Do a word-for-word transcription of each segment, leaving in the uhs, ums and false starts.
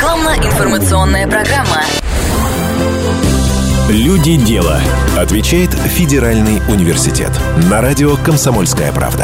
Рекламно-информационная программа. Люди дела. Отвечает Федеральный университет. На радио «Комсомольская правда».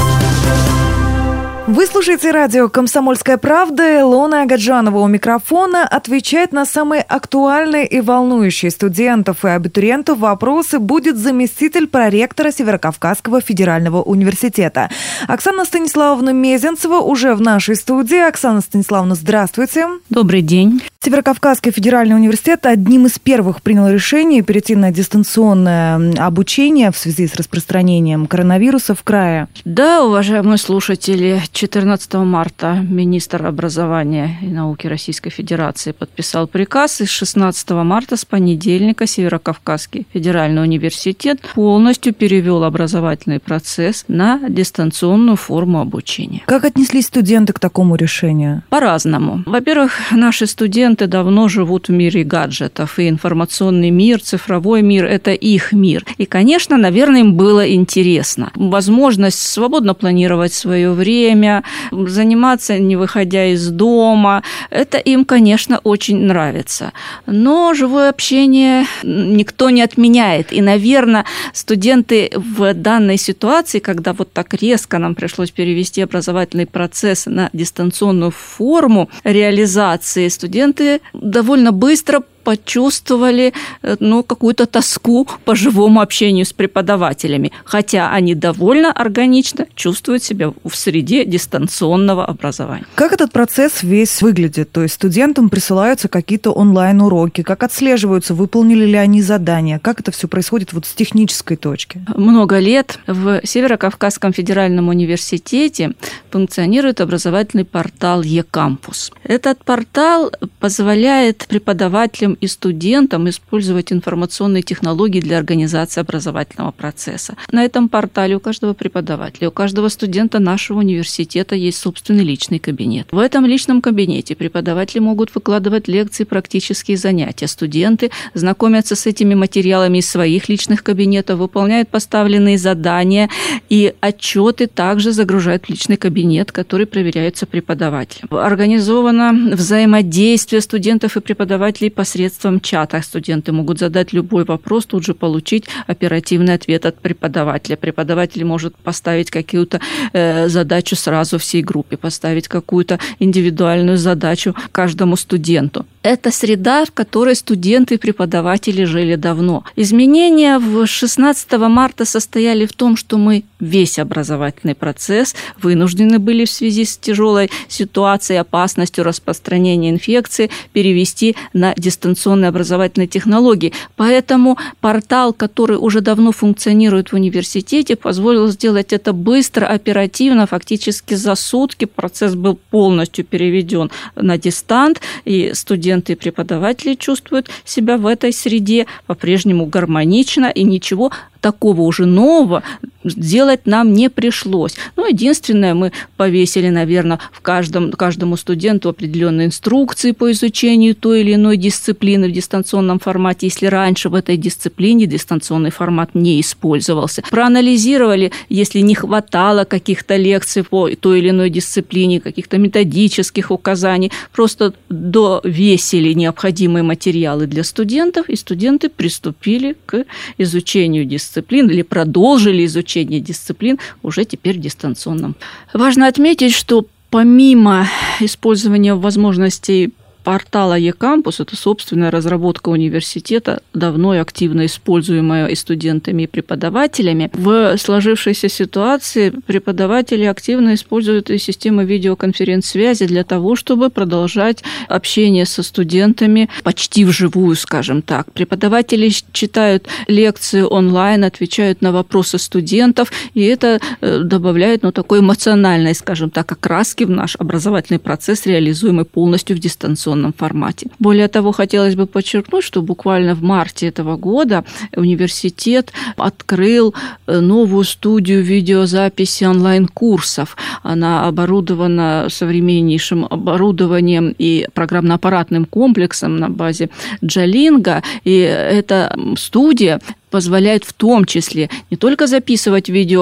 Вы слушаете радио «Комсомольская правда». Илона Агаджанова у микрофона отвечает на самые актуальные и волнующие студентов и абитуриентов вопросы будет заместитель проректора Северокавказского федерального университета. Оксана Станиславовна Мезенцева уже в нашей студии. Оксана Станиславовна, здравствуйте. Добрый день. Северокавказский федеральный университет одним из первых принял решение перейти на дистанционное обучение в связи с распространением коронавируса в крае. Да, уважаемые слушатели, четырнадцатого марта министр образования и науки Российской Федерации подписал приказ, и с шестнадцатого марта, с понедельника, Северокавказский федеральный университет полностью перевел образовательный процесс на дистанционную форму обучения. Как отнеслись студенты к такому решению? По-разному. Во-первых, наши студенты давно живут в мире гаджетов, и информационный мир, цифровой мир – это их мир. И, конечно, наверное, им было интересно. Возможность свободно планировать свое время, заниматься, не выходя из дома. Это им, конечно, очень нравится. Но живое общение никто не отменяет. И, наверное, студенты в данной ситуации, когда вот так резко нам пришлось перевести образовательный процесс на дистанционную форму реализации, студенты довольно быстро почувствовали ну, какую-то тоску по живому общению с преподавателями, хотя они довольно органично чувствуют себя в среде дистанционного образования. Как этот процесс весь выглядит? То есть студентам присылаются какие-то онлайн-уроки, как отслеживаются, выполнили ли они задания, как это все происходит вот с технической точки? Много лет в Северокавказском федеральном университете функционирует образовательный портал eCampus. Этот портал позволяет преподавателям и студентам использовать информационные технологии для организации образовательного процесса. На этом портале у каждого преподавателя, у каждого студента нашего университета есть собственный личный кабинет. В этом личном кабинете преподаватели могут выкладывать лекции, практические занятия. Студенты знакомятся с этими материалами из своих личных кабинетов, выполняют поставленные задания, и отчеты также загружают в личный кабинет, который проверяется преподавателем. Организовано взаимодействие студентов и преподавателей посредством Посредством чата студенты могут задать любой вопрос, тут же получить оперативный ответ от преподавателя. Преподаватель может поставить какую-то э, задачу сразу всей группе, поставить какую-то индивидуальную задачу каждому студенту. Это среда, в которой студенты и преподаватели жили давно. Изменения в шестнадцатого марта состояли в том, что мы весь образовательный процесс вынуждены были в связи с тяжелой ситуацией, опасностью распространения инфекции перевести на дистанционные образовательные технологии. Поэтому портал, который уже давно функционирует в университете, позволил сделать это быстро, оперативно, фактически за сутки. Процесс был полностью переведен на дистант, и студенты и преподаватели чувствуют себя в этой среде по-прежнему гармонично, и ничего такого уже нового делать нам не пришлось. Ну, единственное, мы повесили, наверное, в каждом, каждому студенту определенные инструкции по изучению той или иной дисциплины в дистанционном формате, если раньше в этой дисциплине дистанционный формат не использовался. Проанализировали, если не хватало каких-то лекций по той или иной дисциплине, каких-то методических указаний, просто довесили необходимые материалы для студентов, и студенты приступили к изучению дисциплины. дисциплин или продолжили изучение дисциплин уже теперь дистанционным. Важно отметить, что помимо использования возможностей портала eCampus, это собственная разработка университета, давно и активно используемая и студентами, и преподавателями. В сложившейся ситуации преподаватели активно используют и системы видеоконференц-связи для того, чтобы продолжать общение со студентами почти вживую, скажем так. Преподаватели читают лекции онлайн, отвечают на вопросы студентов, и это добавляет ну, такой эмоциональной, скажем так, окраски в наш образовательный процесс, реализуемый полностью в дистанционном формате. Более того, хотелось бы подчеркнуть, что буквально в марте этого года университет открыл новую студию видеозаписи онлайн-курсов. Она оборудована современнейшим оборудованием и программно-аппаратным комплексом на базе Джалинго, и эта студия позволяет в том числе не только записывать видеокурсы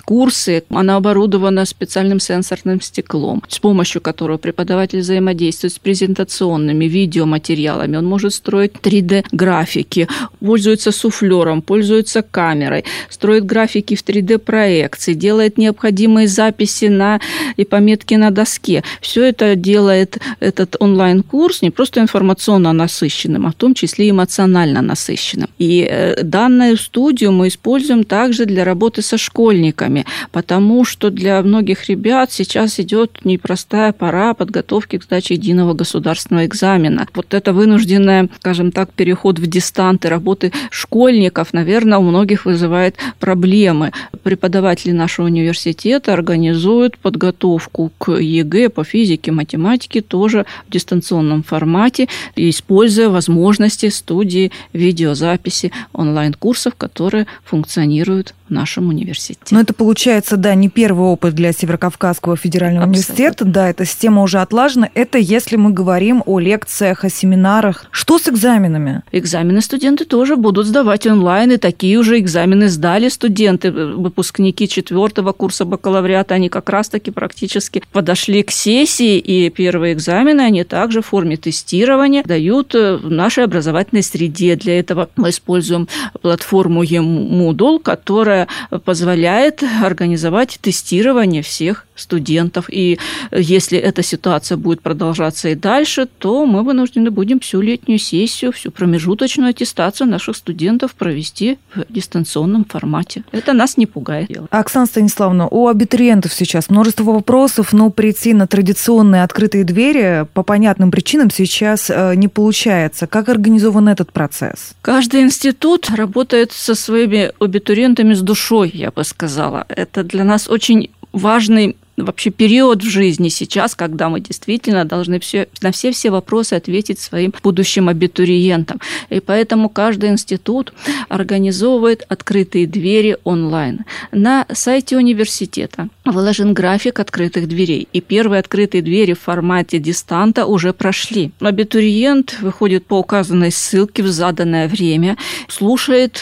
курсы. Она оборудована специальным сенсорным стеклом, с помощью которого преподаватель взаимодействует с презентационными видеоматериалами. Он может строить три дэ-графики, пользуется суфлером, пользуется камерой, строит графики в три дэ-проекции, делает необходимые записи на, и пометки на доске. Все это делает этот онлайн-курс не просто информационно насыщенным, а в том числе эмоционально насыщенным. И данную студию мы используем также для работы со школьниками, потому что для многих ребят сейчас идет непростая пора подготовки к сдаче единого государственного экзамена. Вот это вынужденное, скажем так, переход в дистанты работы школьников, наверное, у многих вызывает проблемы. Преподаватели нашего университета организуют подготовку к ЕГЭ по физике, математике тоже в дистанционном формате, используя возможности студии видеозаписи онлайн-курсов, которые функционируют в нашем университете. Но это получается, да, не первый опыт для Северо-Кавказского федерального Абсолютно. университета. Да, эта система уже отлажена. Это если мы говорим о лекциях, о семинарах. Что с экзаменами? Экзамены студенты тоже будут сдавать онлайн, и такие уже экзамены сдали студенты, выпускники четвертого курса бакалавриата. Они как раз-таки практически подошли к сессии, и первые экзамены они также в форме тестирования дают в нашей образовательной среде. Для этого мы используем платформу e-Moodle, которая позволяет организовать тестирование всех студентов. И если эта ситуация будет продолжаться и дальше, то мы вынуждены будем всю летнюю сессию, всю промежуточную аттестацию наших студентов провести в дистанционном формате. Это нас не пугает. Оксана Станиславовна, у абитуриентов сейчас множество вопросов, но прийти на традиционные открытые двери по понятным причинам сейчас не получается. Как организован этот процесс? Каждый институт работает со своими абитуриентами с душой, я бы сказала. Это для нас очень важный вообще период в жизни сейчас, когда мы действительно должны все, на все-все вопросы ответить своим будущим абитуриентам. И поэтому каждый институт организовывает открытые двери онлайн. На сайте университета выложен график открытых дверей. И первые открытые двери в формате дистанта уже прошли. Абитуриент выходит по указанной ссылке в заданное время, слушает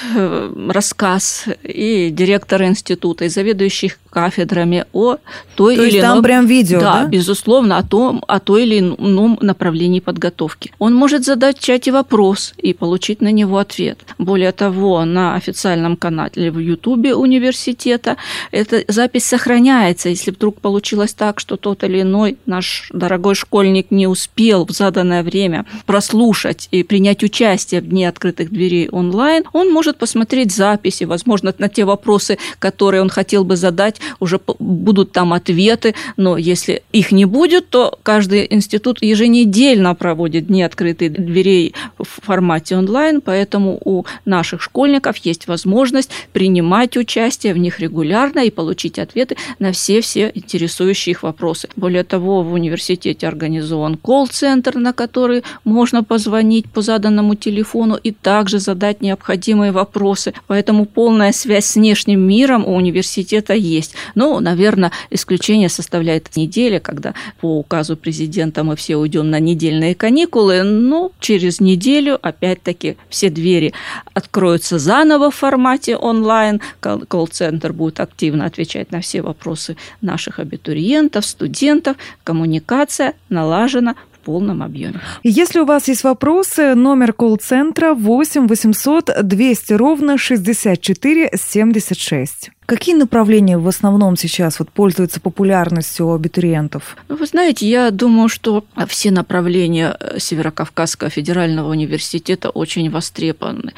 рассказ и директора института, и заведующих кафедрами о той То или есть ином... там прям видео, да? Да, безусловно, о том, о той или ином направлении подготовки. Он может задать в чате вопрос и получить на него ответ. Более того, на официальном канале в Ютубе университета эта запись сохраняется. Если вдруг получилось так, что тот или иной наш дорогой школьник не успел в заданное время прослушать и принять участие в Дне открытых дверей онлайн, он может посмотреть записи, возможно, на те вопросы, которые он хотел бы задать, уже будут там ответы, но если их не будет, то каждый институт еженедельно проводит Дни открытых дверей в формате онлайн, поэтому у наших школьников есть возможность принимать участие в них регулярно и получить ответы на все-все интересующие их вопросы. Более того, в университете организован колл-центр, на который можно позвонить по заданному телефону и также задать необходимые вопросы. Поэтому полная связь с внешним миром у университета есть. Но, наверное, исключение составляет неделя, когда по указу президента мы все уйдем на недельные каникулы, но через неделю опять-таки все двери откроются заново в формате онлайн, колл-центр будет активно отвечать на все вопросы наших абитуриентов, студентов, коммуникация налажена в полном объеме. Если у вас есть вопросы, номер колл-центра восемь восемьсот двести ровно шестьдесят четыре семьдесят шесть. Какие направления в основном сейчас вот пользуются популярностью у абитуриентов? Ну, вы знаете, я думаю, что все направления Северо-Кавказского федерального университета очень востребованы.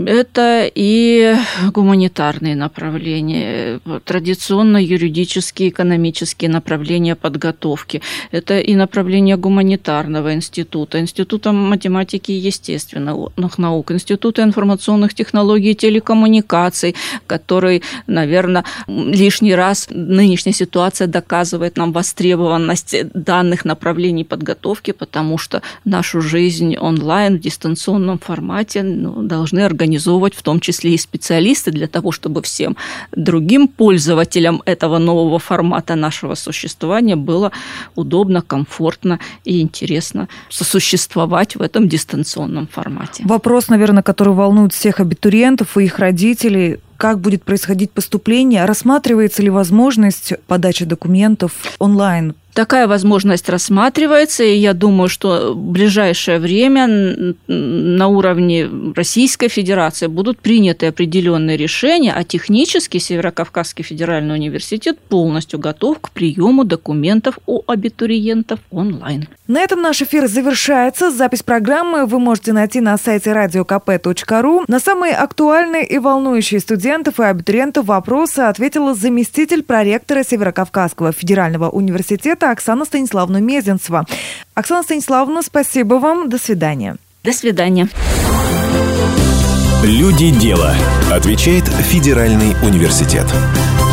Это и гуманитарные направления, традиционно юридические, экономические направления подготовки. Это и направление гуманитарного института, Института математики и естественных наук, Института информационных технологий и телекоммуникаций, который, наверное, Наверное, лишний раз нынешняя ситуация доказывает нам востребованность данных направлений подготовки, потому что нашу жизнь онлайн в дистанционном формате ну, должны организовывать в том числе и специалисты для того, чтобы всем другим пользователям этого нового формата нашего существования было удобно, комфортно и интересно сосуществовать в этом дистанционном формате. Вопрос, наверное, который волнует всех абитуриентов и их родителей – как будет происходить поступление? Рассматривается ли возможность подачи документов онлайн? Такая возможность рассматривается, и я думаю, что в ближайшее время на уровне Российской Федерации будут приняты определенные решения, а технически Северокавказский федеральный университет полностью готов к приему документов у абитуриентов онлайн. На этом наш эфир завершается. Запись программы вы можете найти на сайте радио ка пэ точка ру. На самые актуальные и волнующие студентов и абитуриентов вопросы ответила заместитель проректора Северокавказского федерального университета Оксана Станиславовна Мезенцева. Оксана Станиславовна, спасибо вам. До свидания. До свидания. Люди дела. Отвечает Федеральный университет.